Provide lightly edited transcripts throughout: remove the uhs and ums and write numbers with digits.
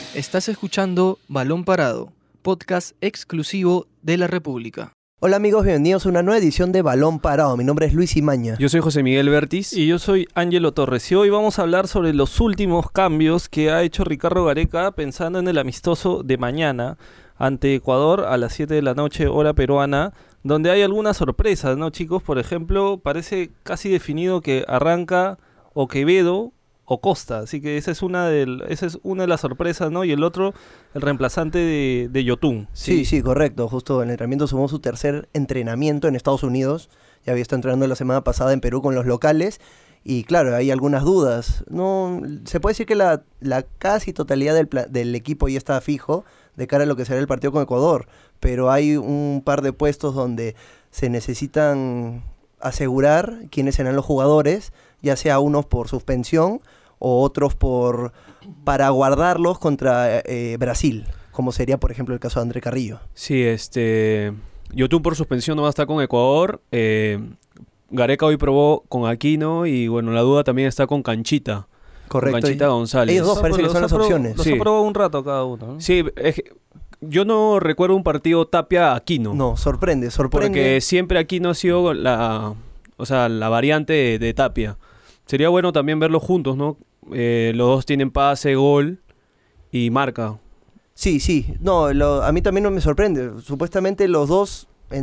Estás escuchando Balón Parado, podcast exclusivo de La República. Hola amigos, bienvenidos a una nueva edición de Balón Parado. Mi nombre es Luis Imaña. Yo soy José Miguel Bertis. Y yo soy Ángelo Torres. Y hoy vamos a hablar sobre los últimos cambios que ha hecho Ricardo Gareca pensando en el amistoso de mañana ante Ecuador a las 7 de la noche, hora peruana, donde hay algunas sorpresas, ¿no, chicos? Por ejemplo, parece casi definido que arranca o Quevedo o Costa, así que esa es una de las sorpresas, ¿no? Y el otro, el reemplazante de Yotún. Sí, correcto. Justo el entrenamiento sumó su tercer entrenamiento en Estados Unidos. Ya había estado entrenando la semana pasada en Perú con los locales. Y claro, hay algunas dudas. No, se puede decir que la casi totalidad del equipo ya está fijo de cara a lo que será el partido con Ecuador. Pero hay un par de puestos donde se necesitan asegurar quiénes serán los jugadores, ya sea unos por suspensión o otros para guardarlos contra Brasil, como sería por ejemplo el caso de André Carrillo. Sí, Yotún por suspensión no va a estar con Ecuador. Gareca hoy probó con Aquino y bueno, la duda también está con Canchita. Correcto. Con Canchita González. Ellos dos parece que son las opciones. Los aprobó un rato cada uno, ¿no? Sí, yo no recuerdo un partido Tapia-Aquino. No, sorprende. Porque siempre Aquino ha sido la variante de Tapia. Sería bueno también verlos juntos, ¿no? Los dos tienen pase, gol y marca. Sí. No, a mí también no me sorprende. Supuestamente los dos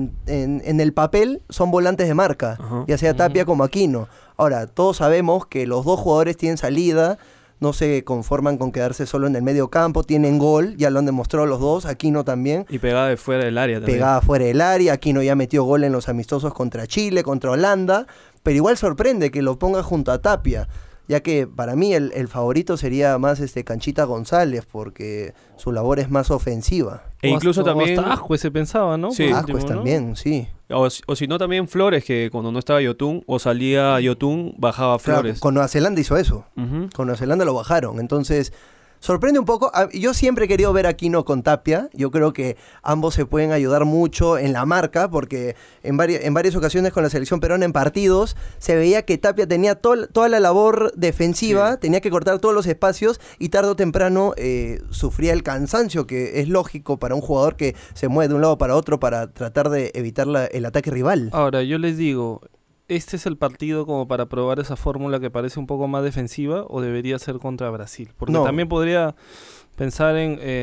en el papel son volantes de marca, ya sea Tapia como Aquino. Ahora, todos sabemos que los dos jugadores tienen salida, no se conforman con quedarse solo en el medio campo, tienen gol, ya lo han demostrado los dos, Aquino también. Y pegada de fuera del área también. Pegada fuera del área, Aquino ya metió gol en los amistosos contra Chile, contra Holanda, pero igual sorprende que lo ponga junto a Tapia, ya que para mí el favorito sería más Canchita González, porque su labor es más ofensiva. E incluso también hasta Ascuez se pensaba, ¿no? Sí. Ascuez también, sí. O si no también Flores, que cuando no estaba Yotún o salía Yotún, bajaba Flores. Claro, con Nueva Zelanda hizo eso. Con Nueva Zelanda lo bajaron. Entonces, sorprende un poco. Yo siempre he querido ver a Aquino con Tapia. Yo creo que ambos se pueden ayudar mucho en la marca, porque en varias ocasiones con la selección peruana en partidos se veía que Tapia tenía toda la labor defensiva, tenía que cortar todos los espacios y tarde o temprano sufría el cansancio, que es lógico para un jugador que se mueve de un lado para otro para tratar de evitar el ataque rival. Ahora, yo les digo, ¿este es el partido como para probar esa fórmula que parece un poco más defensiva o debería ser contra Brasil? Porque también podría pensar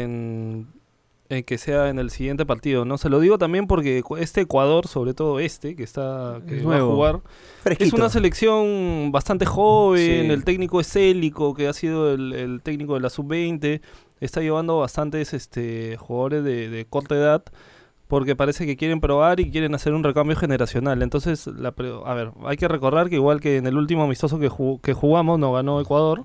en que sea en el siguiente partido, ¿no? Se lo digo también porque este Ecuador, sobre todo que va a jugar, fresquito. Es una selección bastante joven, Sí. el técnico es Célico, que ha sido el técnico de la Sub-20, está llevando bastantes jugadores de corta edad, porque parece que quieren probar y quieren hacer un recambio generacional. Entonces, hay que recordar que igual que en el último amistoso que jugamos, nos ganó Ecuador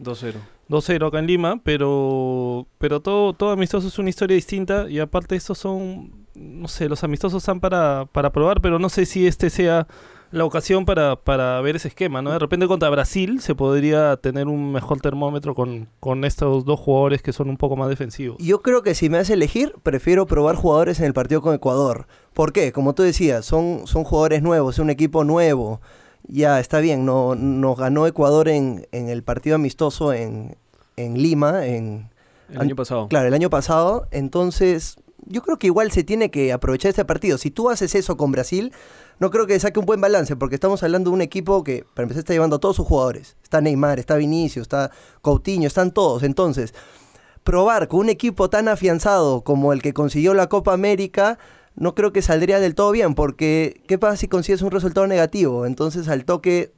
2-0 acá en Lima, pero todo amistoso es una historia distinta, y aparte estos son, no sé, los amistosos están para probar, pero no sé si sea la ocasión para ver ese esquema, ¿no? De repente contra Brasil se podría tener un mejor termómetro con estos dos jugadores que son un poco más defensivos. Yo creo que si me hace elegir, prefiero probar jugadores en el partido con Ecuador. ¿Por qué? Como tú decías, son jugadores nuevos, es un equipo nuevo. Ya, está bien, nos ganó Ecuador en el partido amistoso en Lima. El año pasado. Claro, el año pasado. Entonces, yo creo que igual se tiene que aprovechar este partido. Si tú haces eso con Brasil, no creo que saque un buen balance, porque estamos hablando de un equipo que, para empezar, está llevando a todos sus jugadores. Está Neymar, está Vinicius, está Coutinho, están todos. Entonces, probar con un equipo tan afianzado como el que consiguió la Copa América, no creo que saldría del todo bien, porque ¿qué pasa si consigues un resultado negativo? Entonces, al toque,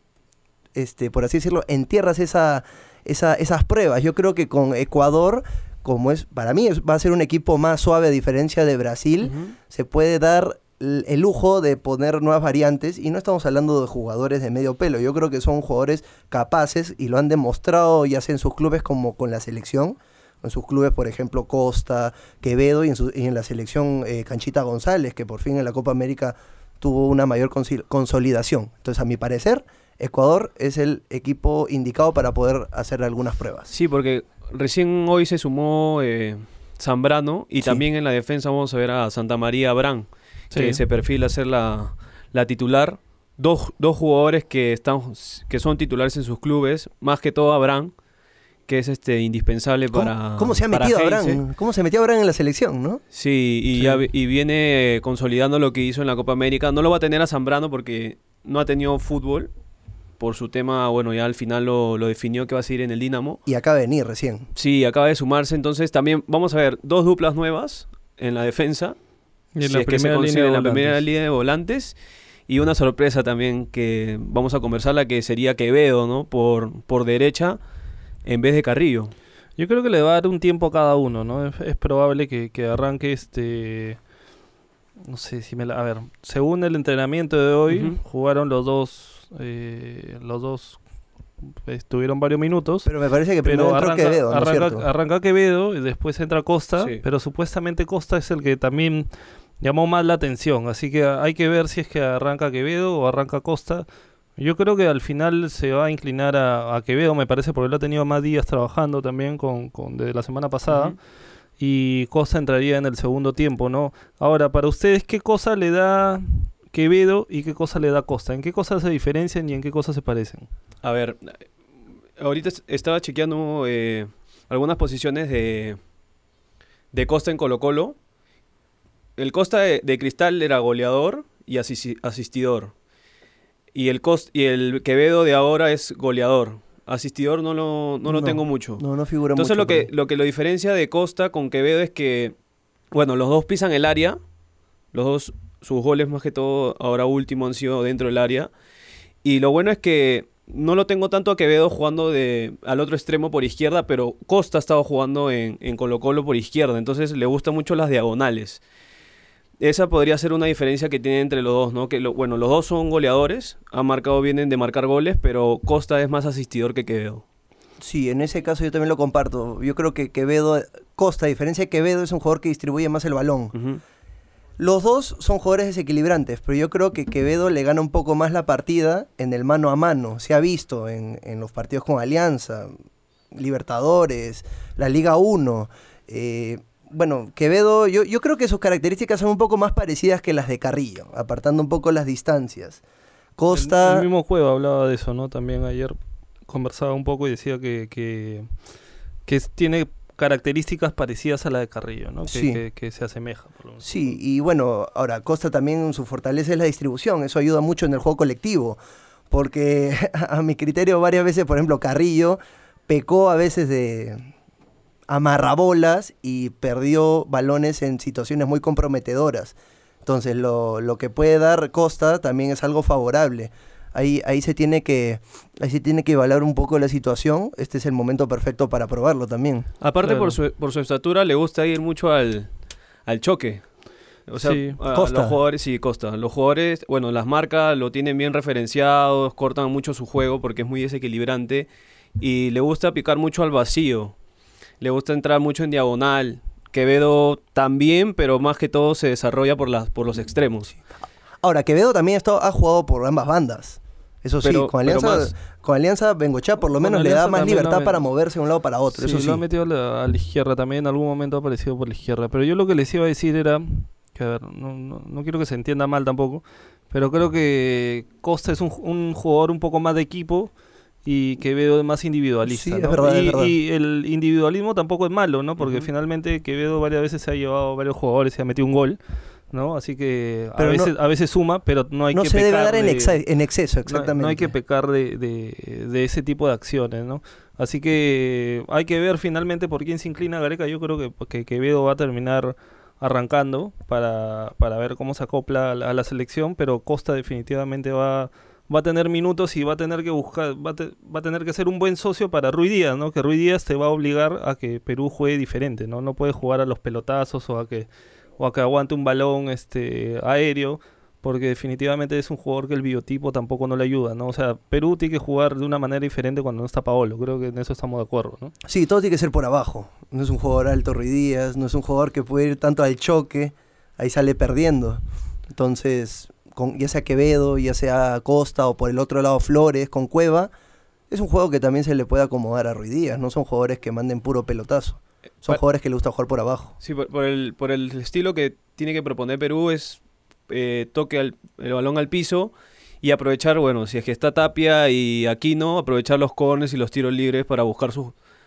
por así decirlo, entierras esas pruebas. Yo creo que con Ecuador, para mí va a ser un equipo más suave a diferencia de Brasil, se puede dar el lujo de poner nuevas variantes, y no estamos hablando de jugadores de medio pelo. Yo creo que son jugadores capaces y lo han demostrado ya sea en sus clubes como con la selección. En sus clubes, por ejemplo, Costa, Quevedo, y en la selección Canchita González, que por fin en la Copa América tuvo una mayor consolidación. Entonces, a mi parecer, Ecuador es el equipo indicado para poder hacer algunas pruebas. Sí, porque recién hoy se sumó Zambrano, y también en la defensa vamos a ver a Santa María Abrán, que se perfila a ser la titular. Dos jugadores que son titulares en sus clubes, más que todo Abrán, que es indispensable para ¿Cómo se ha para metido Heinze. Abraham? ¿Cómo se metió Abraham en la selección, no? Sí, y, Sí. y viene consolidando lo que hizo en la Copa América. No lo va a tener a Zambrano porque no ha tenido fútbol por su tema, bueno, ya al final lo definió que va a seguir en el Dinamo. Y acaba de venir recién. Sí, acaba de sumarse, entonces también vamos a ver 2 duplas nuevas en la defensa. Y en Si la es que se primera consigue línea en de la primera volantes. línea de volantes. Y una sorpresa también que vamos a conversarla, que sería Quevedo, ¿no? Por derecha en vez de Carrillo. Yo creo que le va a dar un tiempo a cada uno, ¿no? Es probable que arranque no sé si a ver, según el entrenamiento de hoy, Ujú. jugaron los dos estuvieron varios minutos. Pero me parece que primero Pero entró Quevedo, ¿no es cierto? arranca Quevedo y después entra Costa, Sí. pero supuestamente Costa es el que también llamó más la atención, así que hay que ver si es que arranca Quevedo o arranca Costa. Yo creo que al final se va a inclinar a Quevedo, me parece, porque lo ha tenido más días trabajando también desde la semana pasada. Ujú. Y Costa entraría en el segundo tiempo, ¿no? Ahora, para ustedes, ¿qué cosa le da Quevedo y qué cosa le da Costa? ¿En qué cosas se diferencian y en qué cosas se parecen? A ver, ahorita estaba chequeando algunas posiciones de Costa en Colo-Colo. El Costa de Cristal era goleador y asistidor. Y el Quevedo de ahora es goleador. Asistidor no lo tengo mucho. No figura Entonces mucho. lo que lo diferencia de Costa con Quevedo es que, bueno, los dos pisan el área. Los dos, sus goles más que todo ahora último han sido dentro del área. Y lo bueno es que no lo tengo tanto a Quevedo jugando al otro extremo por izquierda, pero Costa ha estado jugando en Colo-Colo por izquierda. Entonces le gustan mucho las diagonales. Esa podría ser una diferencia que tiene entre los dos, ¿no? Que bueno, los dos son goleadores, vienen de marcar goles, pero Costa es más asistidor que Quevedo. Sí, en ese caso yo también lo comparto. Yo creo que Costa, a diferencia de Quevedo, es un jugador que distribuye más el balón. Ujú. Los dos son jugadores desequilibrantes, pero yo creo que Quevedo le gana un poco más la partida en el mano a mano. Se ha visto en los partidos con Alianza, Libertadores, la Liga 1. Bueno, Quevedo, yo creo que sus características son un poco más parecidas que las de Carrillo, apartando un poco las distancias. Costa... El mismo Cueva hablaba de eso, ¿no? También ayer conversaba un poco y decía que tiene características parecidas a la de Carrillo, ¿no? Sí. Que se asemeja, por lo menos. Sí, y bueno, ahora Costa también su fortaleza es la distribución, eso ayuda mucho en el juego colectivo, porque a mi criterio varias veces, por ejemplo, Carrillo pecó a veces de amarrabolas y perdió balones en situaciones muy comprometedoras. Entonces lo que puede dar Costa también es algo favorable. Ahí se tiene que evaluar un poco la situación. Este es el momento perfecto para probarlo también. Aparte Claro. por su estatura le gusta ir mucho al choque. O sea, Sí. a Costa. los jugadores, sí, Costa. Los jugadores, bueno, las marcas lo tienen bien referenciados, cortan mucho su juego porque es muy desequilibrante y le gusta picar mucho al vacío. Le gusta entrar mucho en diagonal. Quevedo también, pero más que todo se desarrolla por los extremos. Ahora, Quevedo también ha jugado por ambas bandas. Eso sí, Pero- con pero Alianza Bengochea por lo Con menos le da Alianza más también libertad lo para moverse de un lado para otro. Sí, Eso sí. lo ha metido a la izquierda también, en algún momento ha aparecido por la izquierda. Pero yo lo que les iba a decir era, que a ver, no quiero que se entienda mal tampoco, pero creo que Costa es un jugador un poco más de equipo y Quevedo es más individualista. Sí, es ¿no? verdad, es verdad. Y el individualismo tampoco es malo, ¿no? Porque Ujú. finalmente Quevedo varias veces se ha llevado a varios jugadores y ha metido un gol, ¿no? Así que Pero a veces suma, pero no hay No que se debe pecar dar en de- exceso, exactamente. no hay que pecar de ese tipo de acciones, ¿no? Así que hay que ver finalmente por quién se inclina Gareca. Yo creo que Quevedo va a terminar arrancando para ver cómo se acopla a la selección, pero Costa definitivamente va a tener minutos y va a tener que buscar, va a tener que ser un buen socio para Ruiz Díaz, ¿no? Que Ruiz Díaz te va a obligar a que Perú juegue diferente, ¿no? No puede jugar a los pelotazos o a que aguante un balón aéreo, porque definitivamente es un jugador que el biotipo tampoco no le ayuda, ¿no? O sea, Perú tiene que jugar de una manera diferente cuando no está Paolo, creo que en eso estamos de acuerdo, ¿no? Sí, todo tiene que ser por abajo. No es un jugador alto Ruiz Díaz, no es un jugador que puede ir tanto al choque, ahí sale perdiendo. Entonces, ya sea Quevedo, ya sea Costa o por el otro lado Flores con Cueva, es un juego que también se le puede acomodar a Ruiz Díaz, no son jugadores que manden puro pelotazo. Son jugadores que le gusta jugar por abajo. Sí, por el estilo que tiene que proponer Perú es toque el balón al piso y aprovechar, bueno, si es que está Tapia y Aquino, aprovechar los corners y los tiros libres para buscar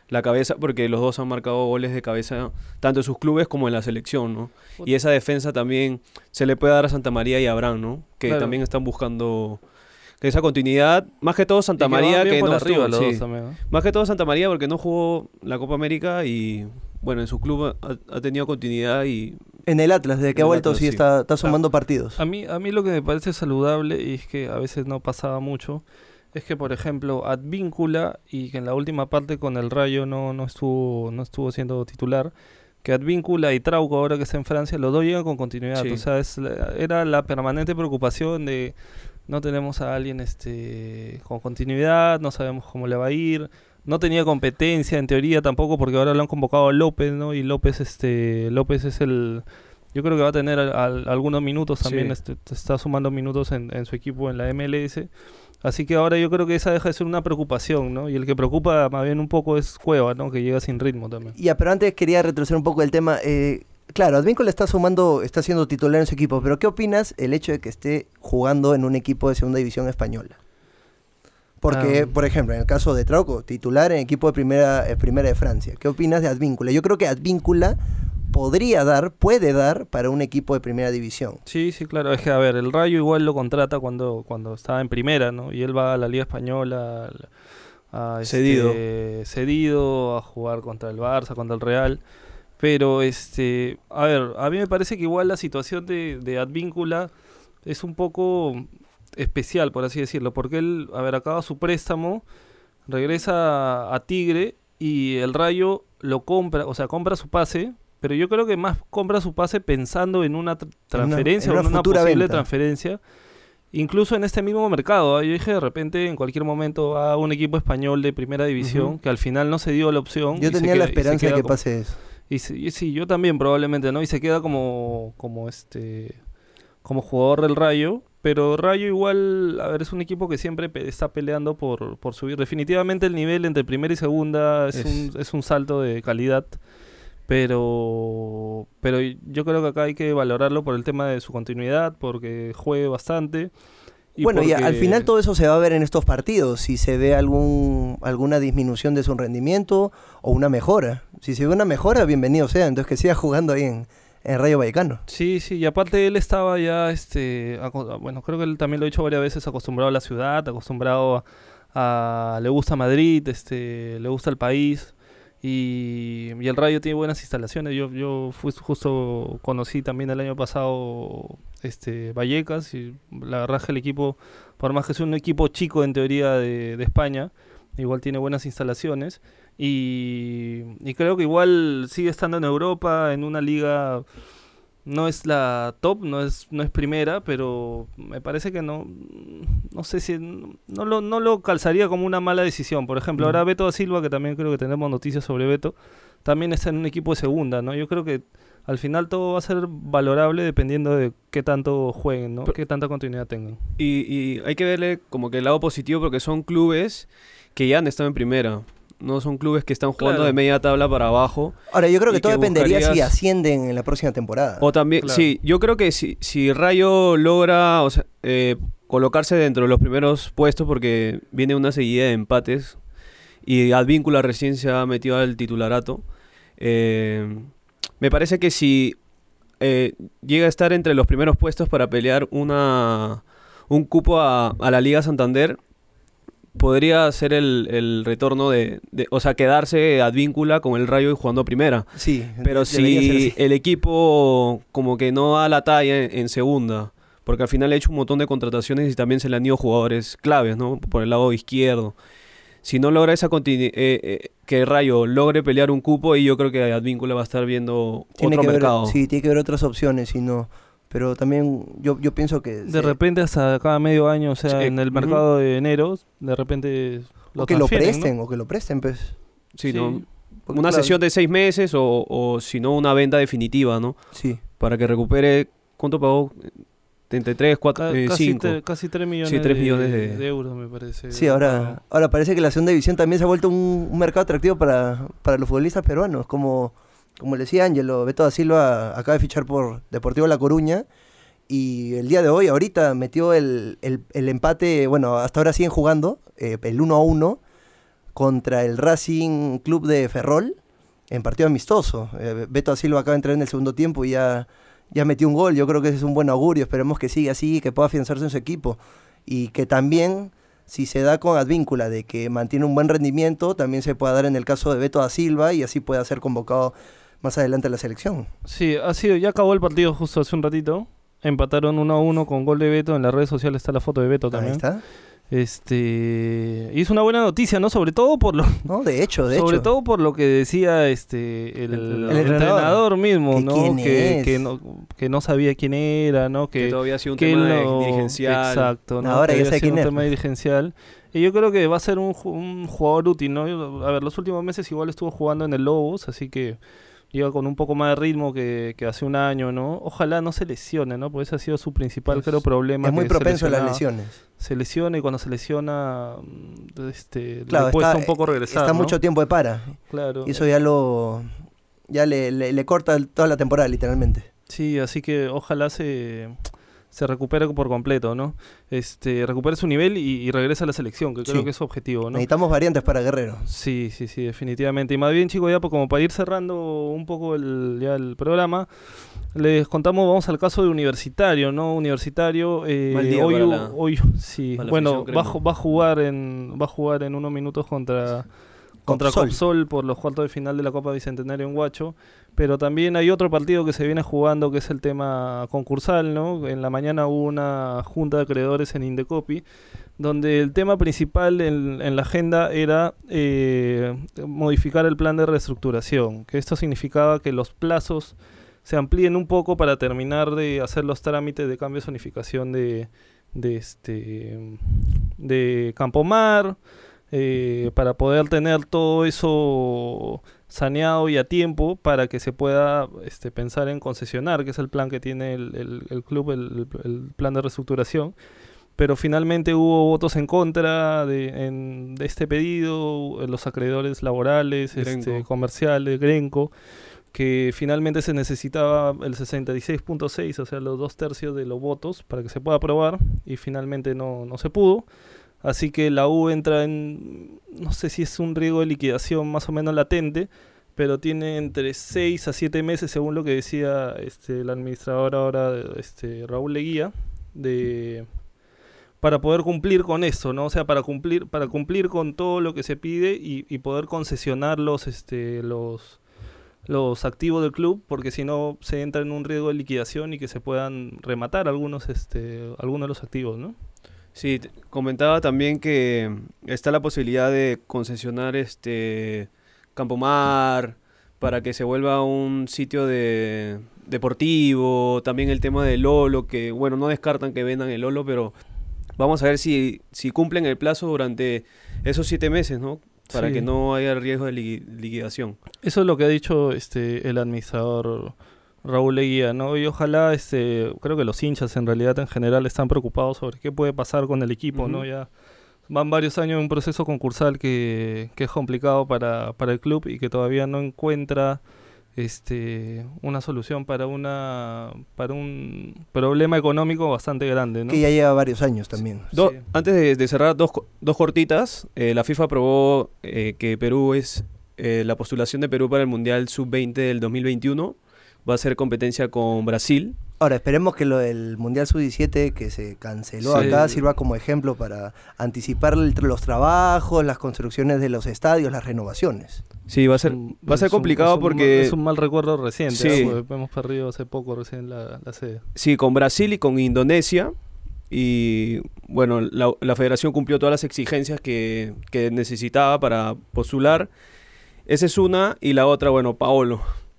la cabeza, porque los dos han marcado goles de cabeza tanto en sus clubes como en la selección, ¿no? Y esa defensa también se le puede dar a Santa María y a Abraham, ¿no? Que Claro. también están buscando esa continuidad, más que todo Santa Y que van María, bien que por no arriba estuvo, los sí. dos también, ¿no? Más que todo Santa María porque no jugó la Copa América y bueno, en su club ha tenido continuidad y En el Atlas, desde que En ha el vuelto, Atlas, sí sí. está sumando partidos. A mí lo que me parece saludable, y es que a veces no pasaba mucho, es que, por ejemplo, Advíncula, y que en la última parte con el Rayo no estuvo siendo titular, que Advíncula y Trauco, ahora que está en Francia, los dos llegan con continuidad. Sí. O sea, era la permanente preocupación de no tenemos a alguien con continuidad, no sabemos cómo le va a ir. No tenía competencia en teoría tampoco, porque ahora lo han convocado a López, ¿no? Y López es el... Yo creo que va a tener algunos minutos también, Sí. está sumando minutos en su equipo en la MLS. Así que ahora yo creo que esa deja de ser una preocupación, ¿no? Y el que preocupa más bien un poco es Cueva, ¿no? Que llega sin ritmo también. Ya, pero antes quería retroceder un poco el tema. Claro, Advíncula está siendo titular en su equipo, pero ¿qué opinas el hecho de que esté jugando en un equipo de segunda división española? Porque, por ejemplo, en el caso de Trauco, titular en equipo de primera de Francia. ¿Qué opinas de Advíncula? Yo creo que Advíncula puede dar para un equipo de primera división. Sí, claro. Es que, a ver, el Rayo igual lo contrata cuando estaba en primera, ¿no? Y él va a la Liga Española cedido a jugar contra el Barça, contra el Real. Pero, a ver, a mí me parece que igual la situación de Advíncula es un poco especial, por así decirlo, porque él, a ver, acaba su préstamo, regresa a Tigre y el Rayo lo compra, o sea, compra su pase, pero yo creo que más compra su pase pensando en una transferencia en o una en una futura posible venta. transferencia, incluso en este mismo mercado. Yo dije, de repente, en cualquier momento va a un equipo español de primera división, que al final no se dio la opción. Yo y se tenía la queda- y se esperanza de queda que como- pase eso. y sí, yo también probablemente, ¿no? Y se queda como jugador del Rayo, pero Rayo igual, a ver, es un equipo que siempre está peleando por subir. Definitivamente el nivel entre primera y segunda es un salto de calidad, pero yo creo que acá hay que valorarlo por el tema de su continuidad, porque juegue bastante. Y Bueno, y porque- al final todo eso se va a ver en estos partidos, si se ve alguna disminución de su rendimiento o una mejora. Si se ve una mejora, bienvenido sea, entonces que siga jugando ahí en Rayo Vallecano. Sí, y aparte él estaba ya, bueno, creo que él también lo he dicho varias veces, acostumbrado a la ciudad, acostumbrado le gusta Madrid, le gusta el país, y el Rayo tiene buenas instalaciones. Yo justo conocí también el año pasado Vallecas, y la verdad es que el equipo, por más que sea un equipo chico en teoría de España, igual tiene buenas instalaciones. Y creo que igual sigue estando en Europa, en una liga, no es la top, no es primera, pero me parece que no sé si no lo calzaría como una mala decisión. Por ejemplo, ahora Beto da Silva, que también creo que tenemos noticias sobre Beto, también está en un equipo de segunda, ¿no? Yo creo que al final todo va a ser valorable dependiendo de qué tanto jueguen, ¿no? Qué tanta continuidad tengan. Y hay que verle como que el lado positivo porque son clubes que ya han estado en primera. No son clubes que están jugando Claro. de media tabla para abajo. Ahora, yo creo que Y todo que dependería si buscarías- ascienden en la próxima temporada. O también, Claro. sí, yo creo que si Rayo logra colocarse dentro de los primeros puestos porque viene una seguida de empates y Advíncula recién se ha metido al titularato, me parece que si llega a estar entre los primeros puestos para pelear un cupo a la Liga Santander, podría ser el retorno o sea, quedarse Advíncula con el Rayo y jugando a primera. Sí, Pero debería ser si así. el equipo como que no da la talla en segunda, porque al final ha hecho un montón de contrataciones y también se le han ido jugadores claves, ¿no? Por el lado izquierdo. Si no logra que Rayo logre pelear un cupo, y yo creo que Advíncula va a estar viendo Tiene otro que ver, mercado. sí, tiene que ver otras opciones, y no. Pero también yo pienso que De repente hasta cada medio año, o sea, Sí, en el mercado de enero, de repente o que lo transfieren, presten, pues. Sí, Sí. ¿no? Porque, Una claro, sesión de 6 meses o si no una venta definitiva, ¿no? Sí. Para que recupere, ¿cuánto pagó? Entre 3, 4, casi 5. casi 3 millones, Sí, 3 millones de euros, me parece. Sí, ahora parece que la segunda división también se ha vuelto un mercado atractivo para los futbolistas peruanos. Como le decía Ángelo, Beto da Silva acaba de fichar por Deportivo La Coruña. Y el día de hoy, ahorita, metió el empate. Bueno, hasta ahora siguen jugando, el 1-1. contra el Racing Club de Ferrol en partido amistoso. Beto da Silva acaba de entrar en el segundo tiempo y ya metió un gol. Yo creo que ese es un buen augurio. Esperemos que siga así, que pueda afianzarse en su equipo. Y que también, si se da con Advíncula de que mantiene un buen rendimiento, también se pueda dar en el caso de Beto da Silva y así pueda ser convocado más adelante a la selección. Sí, ya acabó el partido justo hace un ratito. Empataron 1-1 con gol de Beto. En las redes sociales está la foto de Beto también. Ahí está. Y es una buena noticia, ¿no? Sobre todo por lo... No, de hecho. Sobre todo por lo que decía el entrenador mismo, ¿no? Que no sabía quién era, ¿no? Que todavía ha sido un tema dirigencial. Exacto, ¿no? Ahora ya sé quién es. Un tema dirigencial. Y yo creo que va a ser un jugador útil, ¿no? A ver, los últimos meses igual estuvo jugando en el Lobos, así que llega con un poco más de ritmo que hace un año, ¿no? Ojalá no se lesione, ¿no? Porque ese ha sido su principal, creo, problema. Es muy propenso a las lesiones. Se lesiona y cuando se lesiona claro, le cuesta un poco regresar, está ¿no? mucho tiempo de para. Claro. Y eso ya le corta toda la temporada, literalmente. Sí, así que ojalá se recupere por completo, ¿no? Recupere su nivel y regrese a la selección, que creo que es su objetivo, ¿no? Necesitamos variantes para Guerrero. Sí, definitivamente. Y más bien, chicos, ya como para ir cerrando un poco el programa, les contamos, vamos al caso de Universitario, ¿no? Universitario, hoy sí, bueno, va a jugar en unos minutos contra Copsol por los cuartos de final de la Copa Bicentenario en Huacho, pero también hay otro partido que se viene jugando que es el tema concursal, ¿no? En la mañana hubo una junta de acreedores en Indecopi, donde el tema principal en la agenda era modificar el plan de reestructuración, que esto significaba que los plazos se amplíen un poco para terminar de hacer los trámites de cambio de zonificación de Campomar, para poder tener todo eso saneado y a tiempo para que se pueda pensar en concesionar, que es el plan que tiene el club, el plan de reestructuración. Pero finalmente hubo votos en contra de este pedido, los acreedores laborales, comerciales, Grenco, que finalmente se necesitaba el 66.6, o sea, los 2/3 de los votos para que se pueda aprobar, y finalmente no se pudo. Así que la U entra en, no sé si es un riesgo de liquidación más o menos latente, pero tiene entre 6 a 7 meses, según lo que decía el administrador ahora, Raúl Leguía, para poder cumplir con eso, ¿no? O sea, para cumplir con todo lo que se pide y poder concesionar los activos del club, porque si no se entra en un riesgo de liquidación y que se puedan rematar algunos de los activos, ¿no? Sí, comentaba también que está la posibilidad de concesionar Campomar para que se vuelva un sitio deportivo, también el tema del Lolo, que bueno, no descartan que vendan el Lolo, pero vamos a ver si cumplen el plazo durante esos 7 meses, ¿no? Para que no haya riesgo de liquidación. Eso es lo que ha dicho el administrador Raúl Leguía, ¿no? Y ojalá, creo que los hinchas en realidad en general están preocupados sobre qué puede pasar con el equipo, ¿no? Ya van varios años en un proceso concursal que es complicado para el club y que todavía no encuentra una solución para un problema económico bastante grande, ¿no? Que ya lleva varios años también. Antes de cerrar, dos cortitas. La FIFA aprobó que Perú la postulación de Perú para el Mundial Sub-20 del 2021 va a ser competencia con Brasil. Ahora, esperemos que lo del Mundial Sub-17 que se canceló acá sirva como ejemplo para anticipar los trabajos, las construcciones de los estadios, las renovaciones. Sí, va a ser complicado porque... Es un mal recuerdo reciente, sí. ¿no? Hemos perdido hace poco recién la sede. Sí, con Brasil y con Indonesia. Y bueno, la federación cumplió todas las exigencias que necesitaba para postular. Esa es una. Y la otra, bueno, Paolo.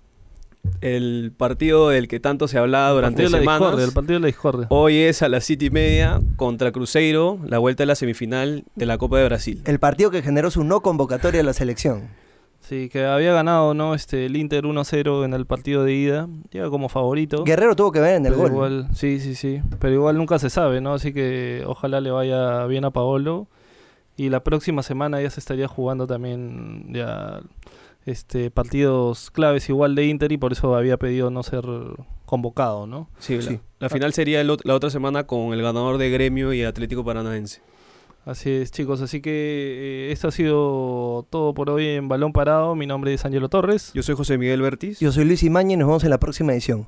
El partido del que tanto se hablaba durante semanas. El partido de la discordia. Hoy es a las 7:30 contra Cruzeiro, la vuelta de la semifinal de la Copa de Brasil. El partido que generó su no convocatoria a la selección. Sí, que había ganado, ¿no? El Inter 1-0 en el partido de ida. Llega como favorito. Guerrero tuvo que ver en el gol. Igual, sí. Pero igual nunca se sabe, ¿no? Así que ojalá le vaya bien a Paolo. Y la próxima semana ya se estaría jugando también ya partidos claves igual de Inter, y por eso había pedido no ser convocado, ¿no? Sí. La final sería la otra semana con el ganador de Gremio y Atlético Paranaense. Así es, chicos. Así que esto ha sido todo por hoy en Balón Parado. Mi nombre es Ángelo Torres. Yo soy José Miguel Bertis. Yo soy Luis Imañez y nos vemos en la próxima edición.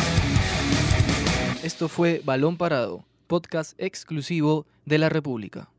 Esto fue Balón Parado, podcast exclusivo de La República.